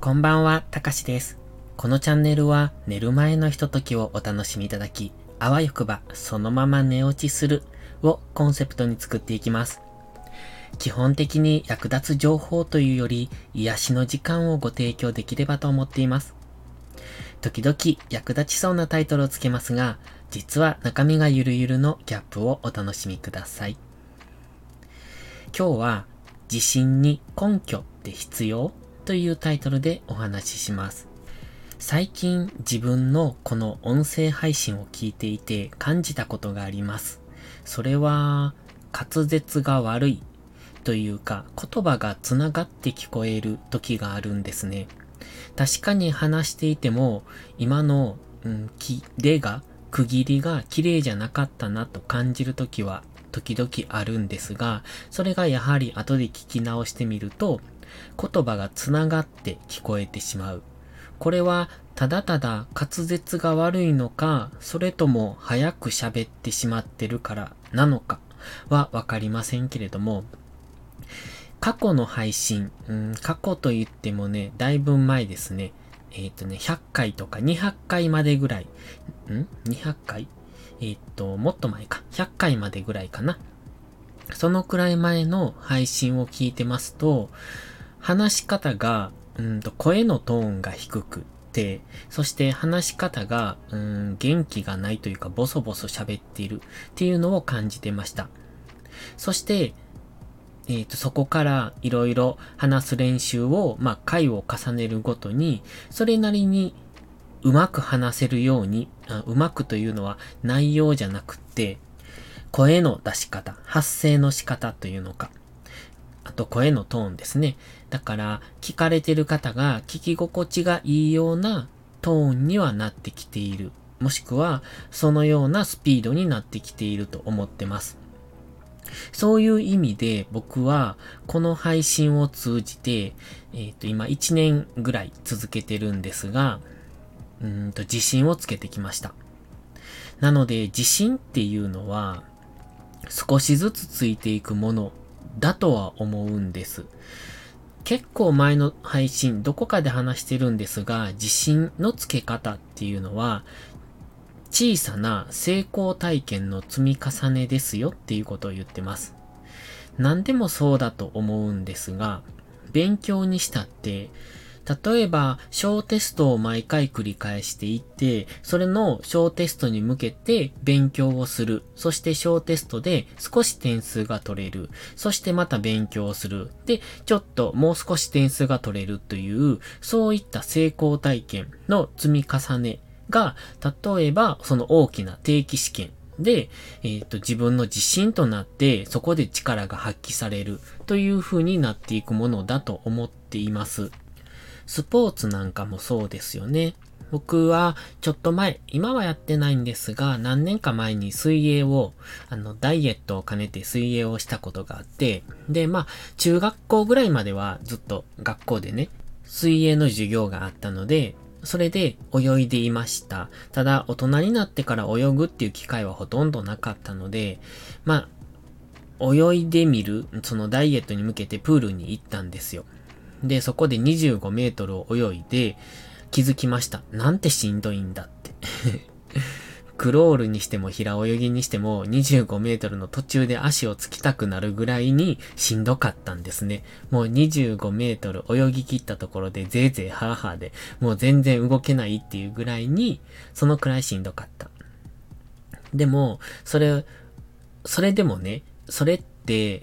こんばんは、たかしです。このチャンネルは寝る前のひとときをお楽しみいただき、あわよくばそのまま寝落ちするをコンセプトに作っていきます。基本的に役立つ情報というより癒しの時間をご提供できればと思っています。時々役立ちそうなタイトルをつけますが、実は中身がゆるゆるのギャップをお楽しみください。今日は自信に根拠って必要というタイトルでお話しします。最近自分のこの音声配信を聞いていて感じたことがあります。それは滑舌が悪いというか言葉がつながって聞こえる時があるんですね。確かに話していても今の、区切りが綺麗じゃなかったなと感じる時は時々あるんですが、それがやはり後で聞き直してみると言葉がつながって聞こえてしまう。これはただただ滑舌が悪いのか、それとも早く喋ってしまってるからなのかはわかりませんけれども、過去の配信、過去と言ってもね、だいぶ前ですね。100回とか200回までぐらい。200回もっと前か。100回までぐらいかな。そのくらい前の配信を聞いてますと、話し方が、声のトーンが低くて、そして話し方が、元気がないというか、ボソボソ喋っているっていうのを感じてました。そして、そこからいろいろ話す練習を、回を重ねるごとに、それなりにうまく話せるように、うまくというのは内容じゃなくって、声の出し方、発声の仕方というのか、あと声のトーンですね。だから聞かれてる方が聞き心地がいいようなトーンにはなってきている。もしくはそのようなスピードになってきていると思ってます。そういう意味で僕はこの配信を通じて、今1年ぐらい続けてるんですが、自信をつけてきました。なので自信っていうのは少しずつついていくものだとは思うんです。結構前の配信どこかで話してるんですが、自信のつけ方っていうのは小さな成功体験の積み重ねですよっていうことを言ってます。何でもそうだと思うんですが、勉強にしたって例えば、小テストを毎回繰り返していって、それの小テストに向けて勉強をする。そして小テストで少し点数が取れる。そしてまた勉強をする。で、ちょっともう少し点数が取れるという、そういった成功体験の積み重ねが、例えばその大きな定期試験で、自分の自信となって、そこで力が発揮されるという風になっていくものだと思っています。スポーツなんかもそうですよね。僕はちょっと前、今はやってないんですが、何年か前に水泳を、ダイエットを兼ねて水泳をしたことがあって、で、中学校ぐらいまではずっと学校でね、水泳の授業があったので、それで泳いでいました。ただ、大人になってから泳ぐっていう機会はほとんどなかったので、泳いでみる、そのダイエットに向けてプールに行ったんですよ。で、そこで25メートルを泳いで気づきました。なんてしんどいんだって。クロールにしても平泳ぎにしても25メートルの途中で足をつきたくなるぐらいにしんどかったんですね。もう25メートル泳ぎ切ったところでぜいぜいハーハーでもう全然動けないっていうぐらいにそのくらいしんどかった。でも、それでもね、それって、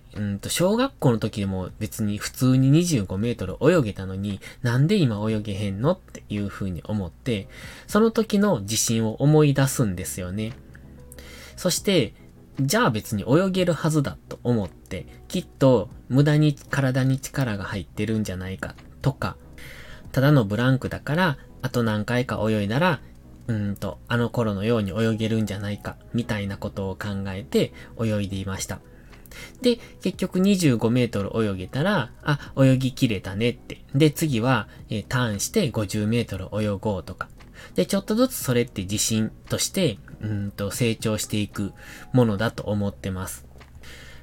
小学校の時でも別に普通に25メートル泳げたのに、なんで今泳げへんのっていう風に思って、その時の自信を思い出すんですよね。そして、じゃあ別に泳げるはずだと思って、きっと無駄に体に力が入ってるんじゃないかとか、ただのブランクだから、あと何回か泳いだら、あの頃のように泳げるんじゃないか、みたいなことを考えて泳いでいました。で、結局25メートル泳げたら、泳ぎ切れたねって。で、次は、ターンして50メートル泳ごうとか。で、ちょっとずつそれって自信として、成長していくものだと思ってます。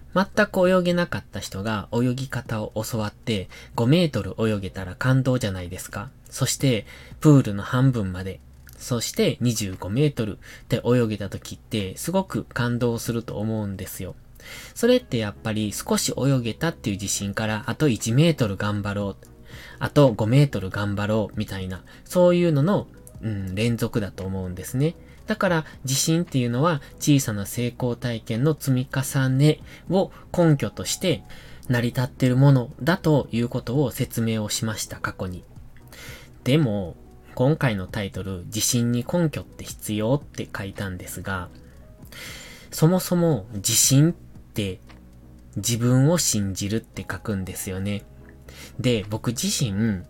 全く泳げなかった人が泳ぎ方を教わって5メートル泳げたら感動じゃないですか。そしてプールの半分まで、そして25メートルで泳げた時ってすごく感動すると思うんですよ。それってやっぱり少し泳げたっていう自信からあと1メートル頑張ろう、あと5メートル頑張ろうみたいな、そういうのの、連続だと思うんですね。だから自信っていうのは小さな成功体験の積み重ねを根拠として成り立っているものだということを説明をしました、過去に。でも、今回のタイトル、自信に根拠って必要って書いたんですが、そもそも自信って自分を信じるって書くんですよね。で、僕自身、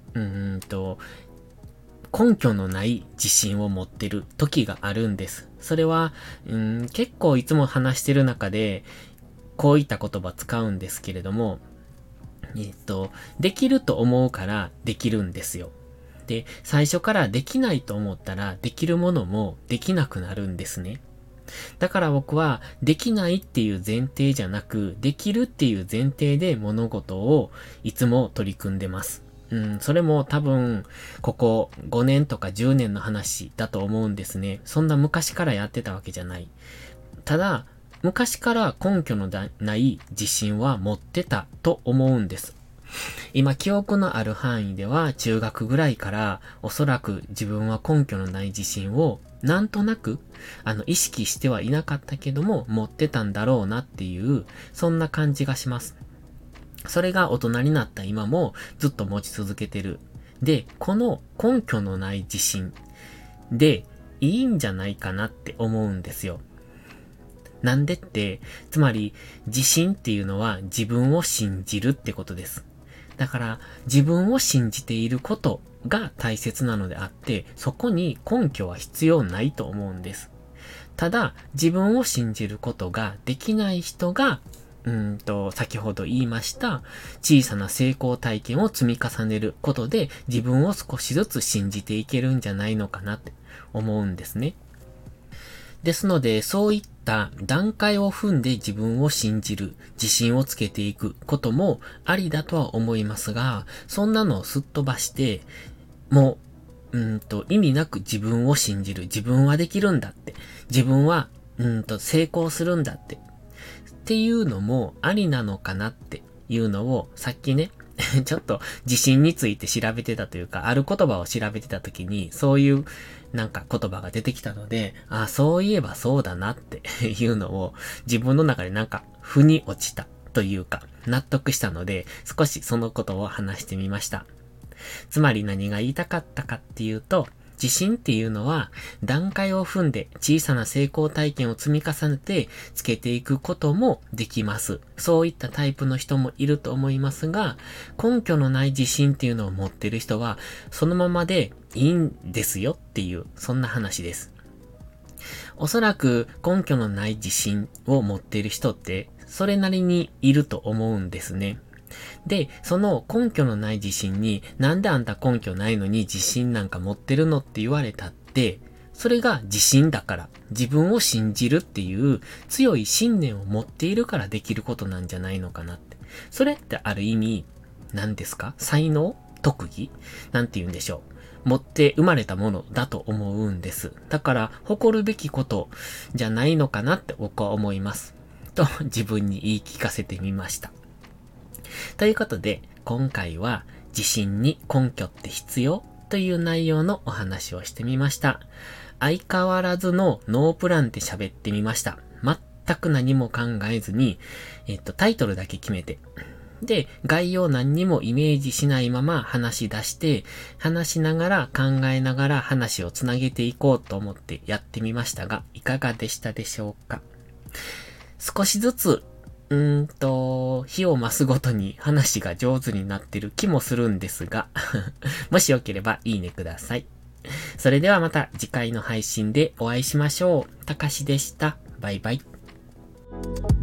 根拠のない自信を持ってる時があるんです。それは、結構いつも話してる中で、こういった言葉使うんですけれども、できると思うからできるんですよ。で、最初からできないと思ったら、できるものもできなくなるんですね。だから僕は、できないっていう前提じゃなく、できるっていう前提で物事をいつも取り組んでます。それも多分、ここ5年とか10年の話だと思うんですね。そんな昔からやってたわけじゃない。ただ、昔から根拠のない自信は持ってたと思うんです。今、記憶のある範囲では中学ぐらいからおそらく自分は根拠のない自信をなんとなく意識してはいなかったけども持ってたんだろうなっていうそんな感じがします。それが大人になった今もずっと持ち続けてる。で、この根拠のない自信でいいんじゃないかなって思うんですよ。なんでって、つまり自信っていうのは自分を信じるってことです。だから自分を信じていることが大切なのであって、そこに根拠は必要ないと思うんです。ただ、自分を信じることができない人が、先ほど言いました、小さな成功体験を積み重ねることで自分を少しずつ信じていけるんじゃないのかなって思うんですね。ですので、そういった段階を踏んで自分を信じる、自信をつけていくこともありだとは思いますが、そんなのをすっ飛ばして、もう、意味なく自分を信じる、自分はできるんだって、自分は、成功するんだって、っていうのもありなのかなっていうのを、さっきね、ちょっと自信について調べてたというか、ある言葉を調べてた時に、そういうなんか言葉が出てきたので、そういえばそうだなっていうのを自分の中でなんか腑に落ちたというか、納得したので、少しそのことを話してみました。つまり何が言いたかったかっていうと、自信っていうのは段階を踏んで小さな成功体験を積み重ねてつけていくこともできます。そういったタイプの人もいると思いますが、根拠のない自信っていうのを持ってる人はそのままでいいんですよっていう、そんな話です。おそらく根拠のない自信を持っている人ってそれなりにいると思うんですね。で、その根拠のない自信に、なんであんた根拠ないのに自信なんか持ってるのって言われたって、それが自信だから、自分を信じるっていう強い信念を持っているからできることなんじゃないのかなって。それってある意味、何ですか？才能？特技？なんて言うんでしょう。持って生まれたものだと思うんです。だから、誇るべきことじゃないのかなって僕は思います。と、自分に言い聞かせてみました。ということで、今回は自信に根拠って必要という内容のお話をしてみました。相変わらずのノープランで喋ってみました。全く何も考えずに、タイトルだけ決めて、で、概要何にもイメージしないまま話し出して、話しながら考えながら話をつなげていこうと思ってやってみましたが、いかがでしたでしょうか？少しずつ日を増すごとに話が上手になってる気もするんですが、もしよければいいねください。それではまた次回の配信でお会いしましょう。たかしでした。バイバイ。